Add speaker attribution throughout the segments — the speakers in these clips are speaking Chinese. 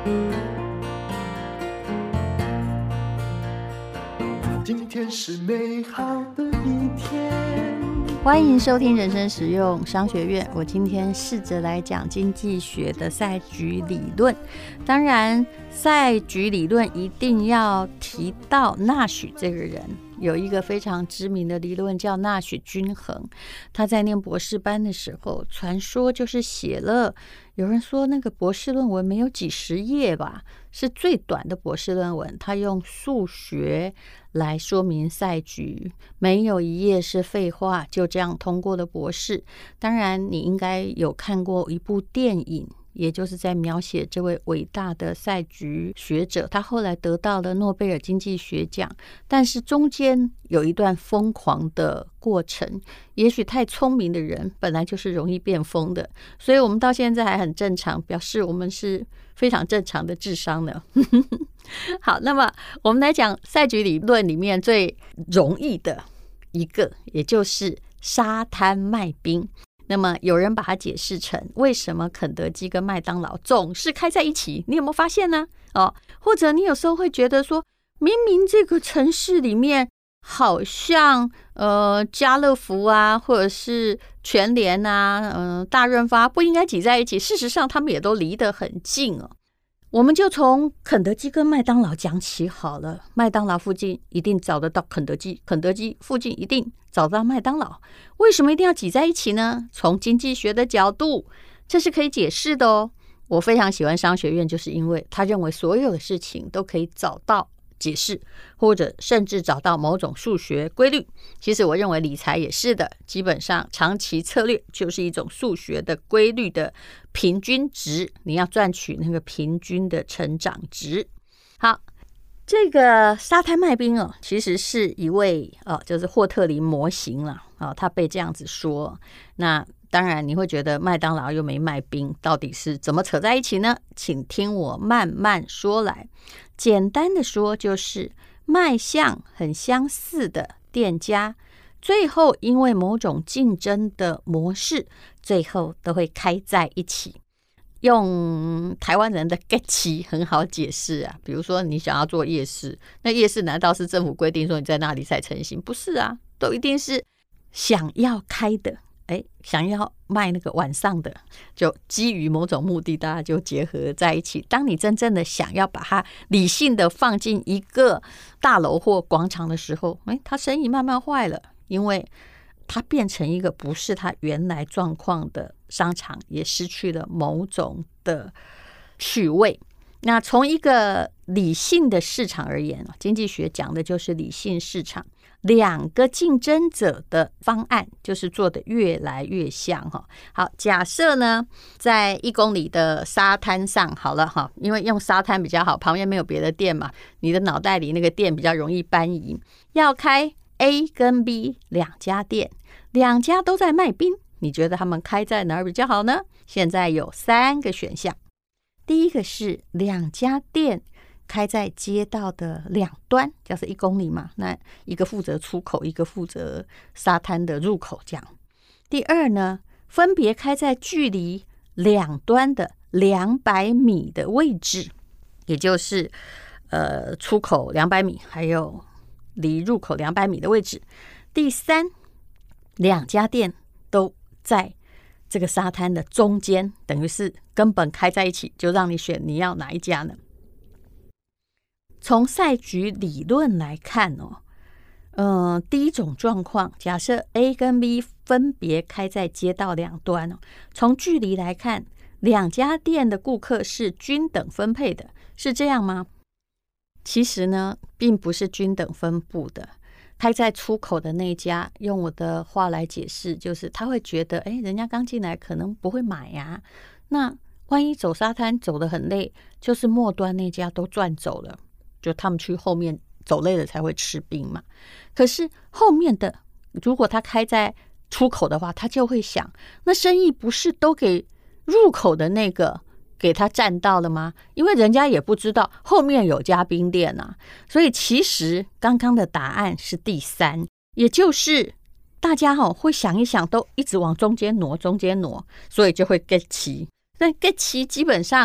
Speaker 1: 今天是美好的一天。
Speaker 2: 欢迎收听人生实用商学院。我今天试着来讲经济学的赛局理论。当然，赛局理论一定要提到纳许这个人。有一个非常知名的理论叫纳许均衡，他在念博士班的时候，传说就是写了，有人说那个博士论文没有几十页吧，是最短的博士论文，他用数学来说明赛局，没有一页是废话，就这样通过了博士。当然你应该有看过一部电影，也就是在描写这位伟大的赛局学者，他后来得到了诺贝尔经济学奖，但是中间有一段疯狂的过程。也许太聪明的人本来就是容易变疯的，所以我们到现在还很正常，表示我们是非常正常的智商呢。好，那么我们来讲赛局理论里面最容易的一个，也就是沙滩卖冰。那么有人把它解释成为什么肯德基跟麦当劳总是开在一起，你有没有发现呢？或者你有时候会觉得说，明明这个城市里面好像家乐福啊，或者是全联啊，大润发不应该挤在一起，事实上他们也都离得很近哦。我们就从肯德基跟麦当劳讲起好了。麦当劳附近一定找得到肯德基，肯德基附近一定找得到麦当劳。为什么一定要挤在一起呢？从经济学的角度，这是可以解释的哦。我非常喜欢商学院，就是因为他认为所有的事情都可以找到解释，或者甚至找到某种数学规律。其实我认为理财也是的，基本上长期策略就是一种数学的规律的平均值，你要赚取那个平均的成长值。好，这个沙滩卖冰其实是一位就是霍特林模型了他被这样子说。那当然你会觉得麦当劳又没卖冰，到底是怎么扯在一起呢？请听我慢慢说来。简单的说，就是卖相很相似的店家，最后因为某种竞争的模式，最后都会开在一起。用台湾人的 get 起很好解释啊，比如说你想要做夜市，那夜市难道是政府规定说你在那里才成型？不是啊，都一定是想要开的，想要卖那个晚上的，就基于某种目的，大家就结合在一起。当你真正的想要把它理性的放进一个大楼或广场的时候，它生意慢慢坏了，因为它变成一个不是它原来状况的商场，也失去了某种的趣味。那从一个理性的市场而言，经济学讲的就是理性市场。两个竞争者的方案就是做得越来越像。好，假设呢在1公里的沙滩上好了，因为用沙滩比较好，旁边没有别的店嘛，你的脑袋里那个店比较容易搬移。要开 A 跟 B 两家店，两家都在卖冰，你觉得他们开在哪儿比较好呢？现在有3个选项。第一个是两家店开在街道的两端，就是1公里嘛，那一个负责出口，一个负责沙滩的入口这样。第二呢，分别开在距离两端的200米的位置，也就是出口200米，还有离入口200米的位置。第三，两家店都在这个沙滩的中间，等于是根本开在一起，就让你选你要哪一家呢？从赛局理论来看第一种状况，假设 A 跟 B 分别开在街道两端从距离来看，两家店的顾客是均等分配的，是这样吗？其实呢，并不是均等分布的。开在出口的那一家，用我的话来解释，就是他会觉得人家刚进来可能不会买呀，那万一走沙滩走得很累，就是末端那家都赚走了，就他们去后面走累了才会吃冰嘛。可是后面的如果他开在出口的话，他就会想，那生意不是都给入口的那个给他占到了吗？因为人家也不知道后面有家冰店啊。所以其实刚刚的答案是第三，也就是大家会想一想，都一直往中间挪，所以就会 get 齐。那 get 齐基本上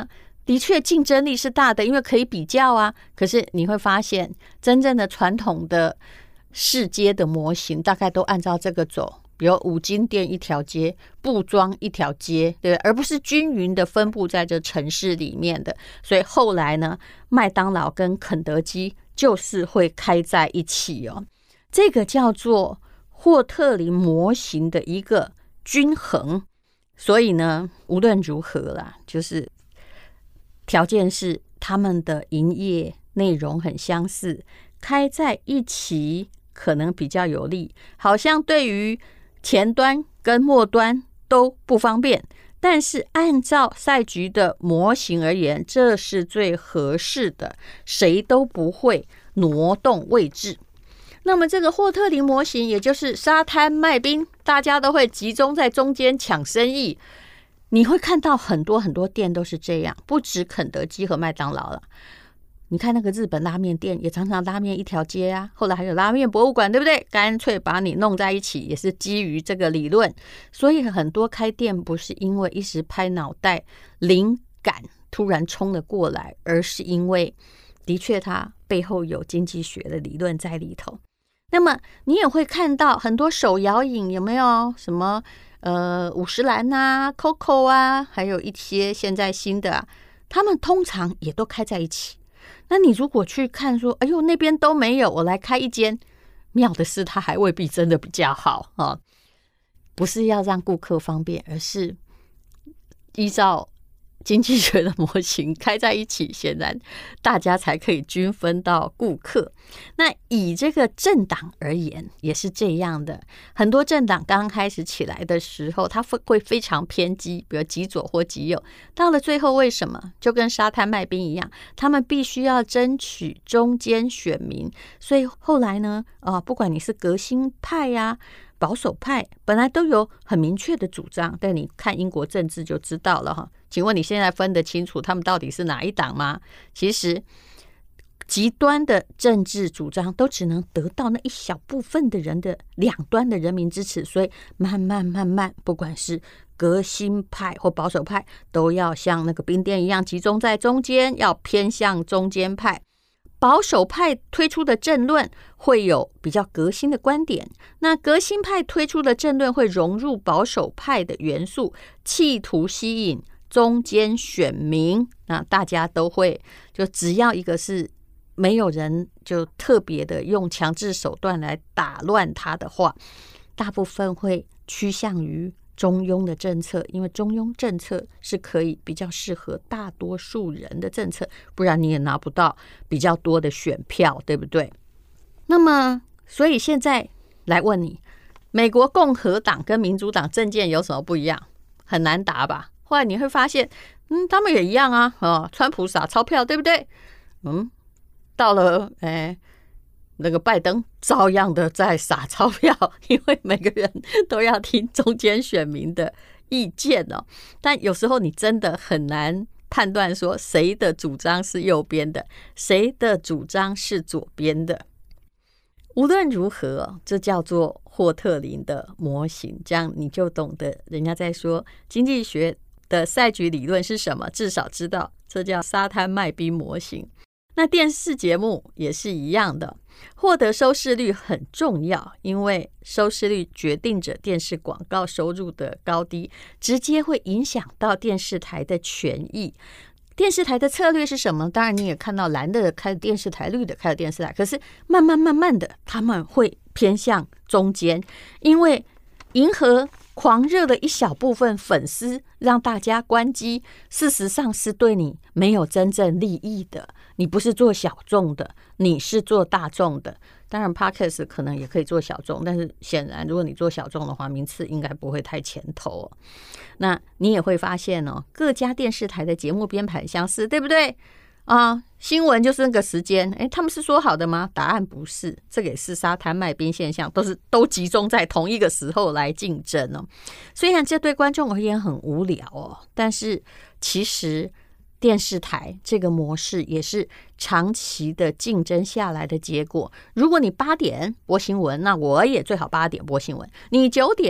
Speaker 2: 的确竞争力是大的，因为可以比较啊。可是你会发现，真正的传统的市街的模型大概都按照这个走，比如五金店一条街，布庄一条街，对，而不是均匀的分布在这城市里面的。所以后来呢，麦当劳跟肯德基就是会开在一起哦。这个叫做霍特林模型的一个均衡。所以呢，无论如何啦，就是条件是他们的营业内容很相似，开在一起可能比较有利，好像对于前端跟末端都不方便，但是按照赛局的模型而言，这是最合适的，谁都不会挪动位置。那么这个霍特林模型，也就是沙滩卖冰，大家都会集中在中间抢生意。你会看到很多很多店都是这样，不止肯德基和麦当劳了。你看那个日本拉面店也常常拉面一条街啊，后来还有拉面博物馆，对不对？干脆把你弄在一起，也是基于这个理论。所以很多开店不是因为一时拍脑袋灵感突然冲了过来，而是因为的确它背后有经济学的理论在里头。那么你也会看到很多手摇饮，有没有什么五十岚啊 Coco 啊，还有一些现在新的啊，他们通常也都开在一起。那你如果去看说，哎呦那边都没有，我来开一间，妙的是它还未必真的比较好啊。不是要让顾客方便，而是依照经济学的模型开在一起，显然大家才可以均分到顾客。那以这个政党而言也是这样的，很多政党刚开始起来的时候，它会非常偏激，比如极左或极右。到了最后为什么？就跟沙滩卖冰一样，他们必须要争取中间选民。所以后来呢，不管你是革新派啊保守派，本来都有很明确的主张，但你看英国政治就知道了哈。请问你现在分得清楚他们到底是哪一党吗？其实极端的政治主张都只能得到那一小部分的人的两端的人民支持，所以慢慢，不管是革新派或保守派，都要像那个冰店一样集中在中间，要偏向中间派。保守派推出的政论会有比较革新的观点，那革新派推出的政论会融入保守派的元素，企图吸引中间选民。那大家都会，就只要一个是没有人就特别的用强制手段来打乱他的话，大部分会趋向于中庸的政策，因为中庸政策是可以比较适合大多数人的政策，不然你也拿不到比较多的选票，对不对？那么所以现在来问你，美国共和党跟民主党政见有什么不一样？很难答吧？后来你会发现他们也一样啊，川普撒钞票，对不对？到了那个拜登照样的在撒钞票，因为每个人都要听中间选民的意见哦。但有时候你真的很难判断说谁的主张是右边的，谁的主张是左边的。无论如何，这叫做霍特林的模型，这样你就懂得人家在说经济学的赛局理论是什么，至少知道这叫沙滩卖冰模型。那电视节目也是一样的，获得收视率很重要，因为收视率决定着电视广告收入的高低，直接会影响到电视台的权益。电视台的策略是什么？当然你也看到蓝的开的电视台，绿的开的电视台，可是慢慢的他们会偏向中间，因为迎合狂热的一小部分粉丝让大家关机，事实上是对你没有真正利益的。你不是做小众的，你是做大众的。当然 Podcast 可能也可以做小众，但是显然如果你做小众的话，名次应该不会太前头那你也会发现各家电视台的节目编排相似，对不对新闻就是那个时间，他们是说好的吗？答案不是，这个也是沙滩卖冰现象，都集中在同一个时候来竞争虽然这对观众而言很无聊但是其实电视台这个模式也是长期的竞争下来的结果。如果你8点播新闻，那我也最好8点播新闻；你9点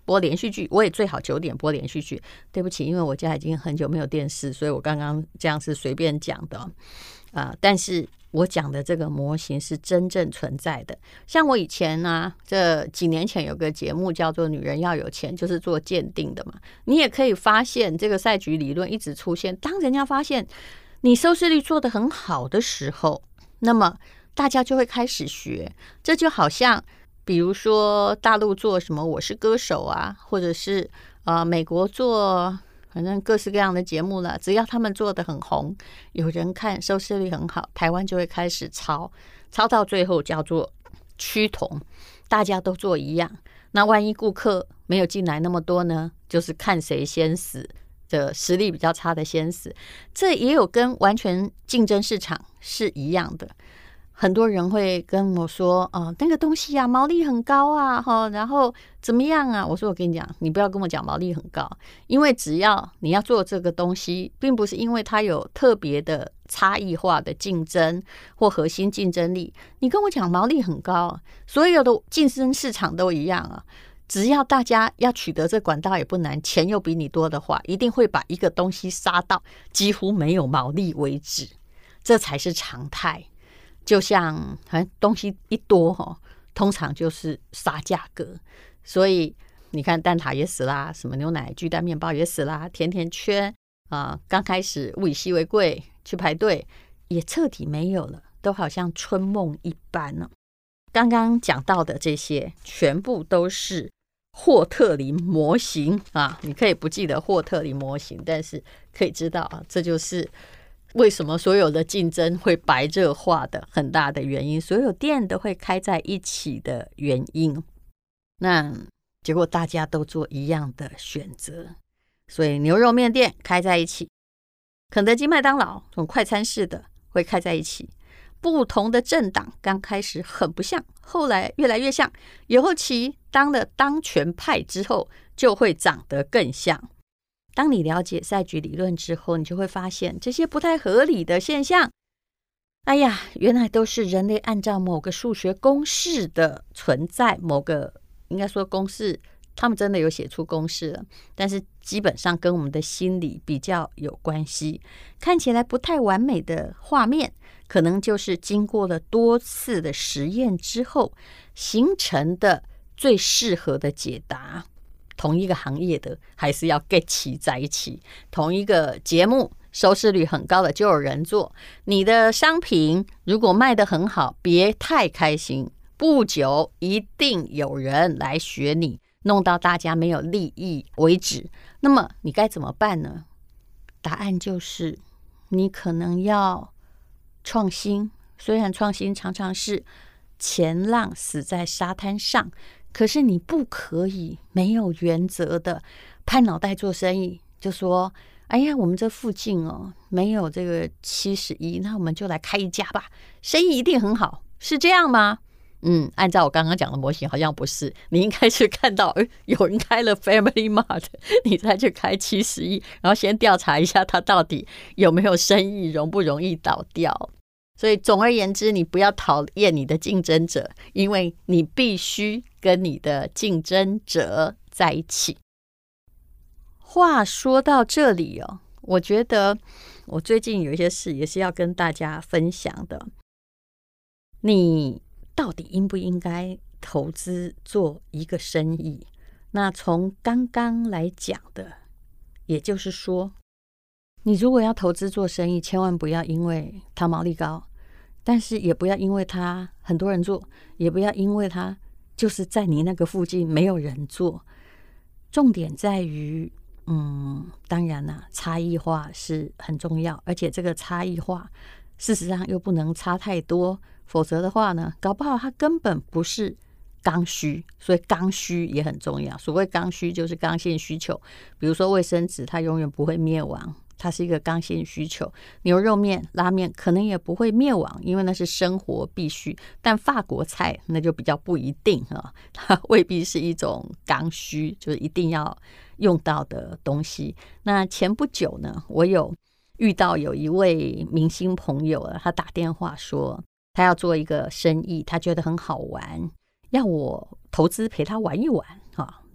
Speaker 2: 播连续剧，我也最好9点播连续剧。对不起，因为我家已经很久没有电视，所以我刚刚这样是随便讲的但是我讲的这个模型是真正存在的。像我以前呢，这几年前有个节目叫做《女人要有钱》，就是做鉴定的嘛。你也可以发现这个赛局理论一直出现。当人家发现你收视率做得很好的时候，那么大家就会开始学。这就好像比如说大陆做什么《我是歌手》啊，或者是美国做反正各式各样的节目了，只要他们做得很红，有人看，收视率很好，台湾就会开始抄到最后叫做趋同，大家都做一样。那万一顾客没有进来那么多呢，就是看谁先死的，实力比较差的先死。这也有跟完全竞争市场是一样的。很多人会跟我说那个东西啊毛利很高啊然后怎么样啊，我说我跟你讲，你不要跟我讲毛利很高，因为只要你要做这个东西，并不是因为它有特别的差异化的竞争或核心竞争力，你跟我讲毛利很高，所有的竞争市场都一样啊。只要大家要取得这管道也不难，钱又比你多的话，一定会把一个东西杀到几乎没有毛利为止，这才是常态。就像东西一多通常就是杀价格。所以你看蛋挞也死啦，什么牛奶巨蛋面包也死啦，甜甜圈刚开始物以稀为贵，去排队也彻底没有了，都好像春梦一般呢。刚刚讲到的这些全部都是霍特林模型你可以不记得霍特林模型，但是可以知道这就是为什么所有的竞争会白热化的很大的原因，所有店都会开在一起的原因。那结果大家都做一样的选择，所以牛肉面店开在一起，肯德基麦当劳这种快餐式的会开在一起。不同的政党刚开始很不像，后来越来越像，尤其当了当权派之后就会长得更像。当你了解赛局理论之后，你就会发现这些不太合理的现象，哎呀，原来都是人类按照某个数学公式的存在，某个应该说公式，他们真的有写出公式了，但是基本上跟我们的心理比较有关系。看起来不太完美的画面，可能就是经过了多次的实验之后形成的最适合的解答。同一个行业的还是要 get 齐在一起，同一个节目收视率很高的就有人做。你的商品如果卖得很好，别太开心，不久一定有人来学你，弄到大家没有利益为止。那么你该怎么办呢？答案就是你可能要创新，虽然创新常常是前浪死在沙滩上，可是你不可以没有原则的拍脑袋做生意，就说哎呀我们这附近没有这个71，那我们就来开一家吧，生意一定很好，是这样吗？按照我刚刚讲的模型好像不是，你应该去看到有人开了 Family Mart， 你再去开71，然后先调查一下他到底有没有生意，容不容易倒掉。所以总而言之，你不要讨厌你的竞争者，因为你必须跟你的竞争者在一起。话说到这里我觉得我最近有一些事也是要跟大家分享的。你到底应不应该投资做一个生意？那从刚刚来讲的，也就是说你如果要投资做生意，千万不要因为它毛利高，但是也不要因为它很多人做，也不要因为它就是在你那个附近没有人做。重点在于当然啦，差异化是很重要，而且这个差异化事实上又不能差太多，否则的话呢，搞不好它根本不是刚需。所以刚需也很重要。所谓刚需就是刚性需求，比如说卫生纸它永远不会灭亡，它是一个刚性需求。牛肉面拉面可能也不会灭亡，因为那是生活必须。但法国菜那就比较不一定它未必是一种刚需，就是一定要用到的东西。那前不久呢，我有遇到有一位明星朋友他打电话说他要做一个生意，他觉得很好玩，要我投资陪他玩一玩那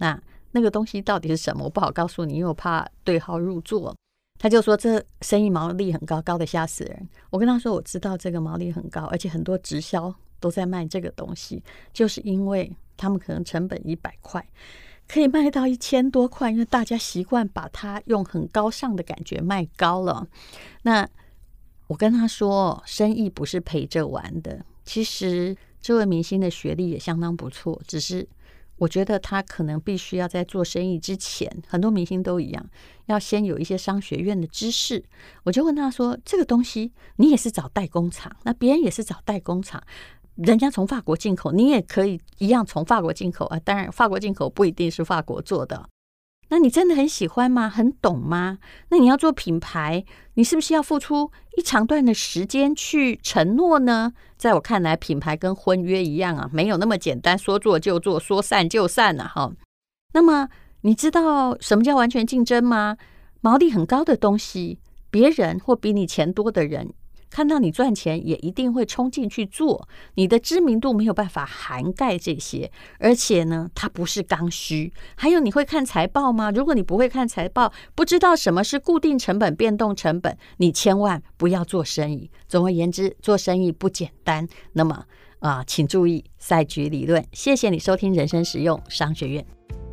Speaker 2: 那个东西到底是什么，我不好告诉你，因为我怕对号入座。他就说这生意毛利很高，高的吓死人。我跟他说我知道这个毛利很高，而且很多直销都在卖这个东西，就是因为他们可能成本100块可以卖到1000多块，因为大家习惯把它用很高尚的感觉卖高了。那我跟他说生意不是陪着玩的，其实这位明星的学历也相当不错，只是我觉得他可能必须要在做生意之前，很多明星都一样，要先有一些商学院的知识。我就问他说这个东西你也是找代工厂，那别人也是找代工厂，人家从法国进口，你也可以一样从法国进口啊。当然法国进口不一定是法国做的，那你真的很喜欢吗？很懂吗？那你要做品牌，你是不是要付出一长段的时间去承诺呢？在我看来，品牌跟婚约一样啊，没有那么简单，说做就做，说散就散啊。那么你知道什么叫完全竞争吗？毛利很高的东西，别人或比你钱多的人看到你赚钱也一定会冲进去做，你的知名度没有办法涵盖这些，而且呢它不是刚需。还有你会看财报吗？如果你不会看财报，不知道什么是固定成本变动成本，你千万不要做生意。总而言之，做生意不简单。那么请注意赛局理论。谢谢你收听人生实用商学院。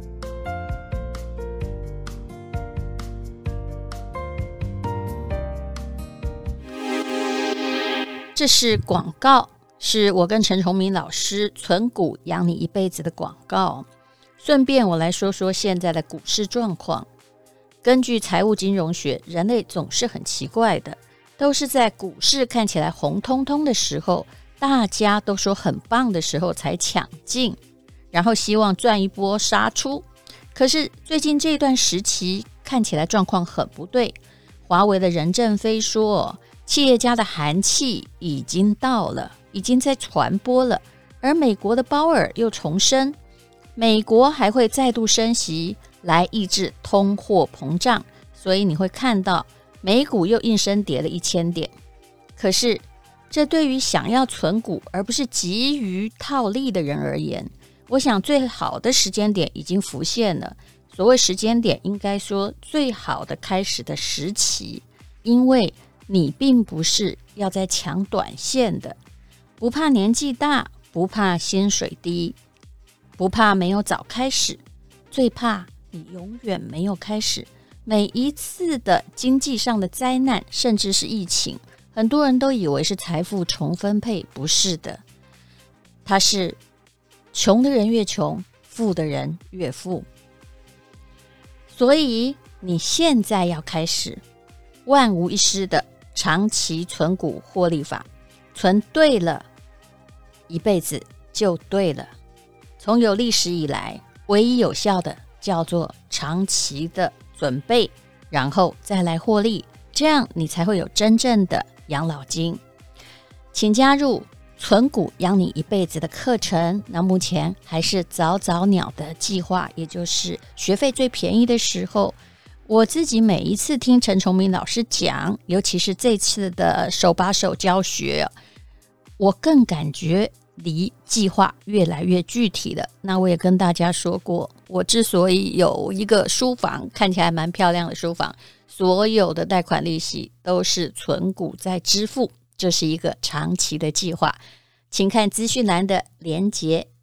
Speaker 2: 这是广告，是我跟陈崇明老师存股养你一辈子的广告。顺便我来说说现在的股市状况。根据财务金融学，人类总是很奇怪的，都是在股市看起来红彤彤的时候，大家都说很棒的时候才抢进，然后希望赚一波杀出。可是最近这段时期看起来状况很不对。华为的任正非说，企业家的寒气已经到了，已经在传播了。而美国的鲍尔又重申，美国还会再度升息来抑制通货膨胀，所以你会看到美股又应声跌了1000点。可是这对于想要存股而不是急于套利的人而言，我想最好的时间点已经浮现了。所谓时间点，应该说最好的开始的时期，因为你并不是要在抢短线的，不怕年纪大，不怕薪水低，不怕没有早开始，最怕你永远没有开始。每一次的经济上的灾难，甚至是疫情，很多人都以为是财富重分配，不是的，它是穷的人越穷，富的人越富。所以你现在要开始万无一失的长期存股获利法，存对了，一辈子就对了。从有历史以来，唯一有效的叫做长期的准备，然后再来获利，这样你才会有真正的养老金。请加入存股养你一辈子的课程，那目前还是早早鸟的计划，也就是学费最便宜的时候。我自己每一次听陈崇明老师讲，尤其是这次的手把手教学，我更感觉离计划越来越具体了。那我也跟大家说过，我之所以有一个书房，看起来蛮漂亮的书房，所有的贷款利息都是存股在支付，这是一个长期的计划。请看资讯栏的连结，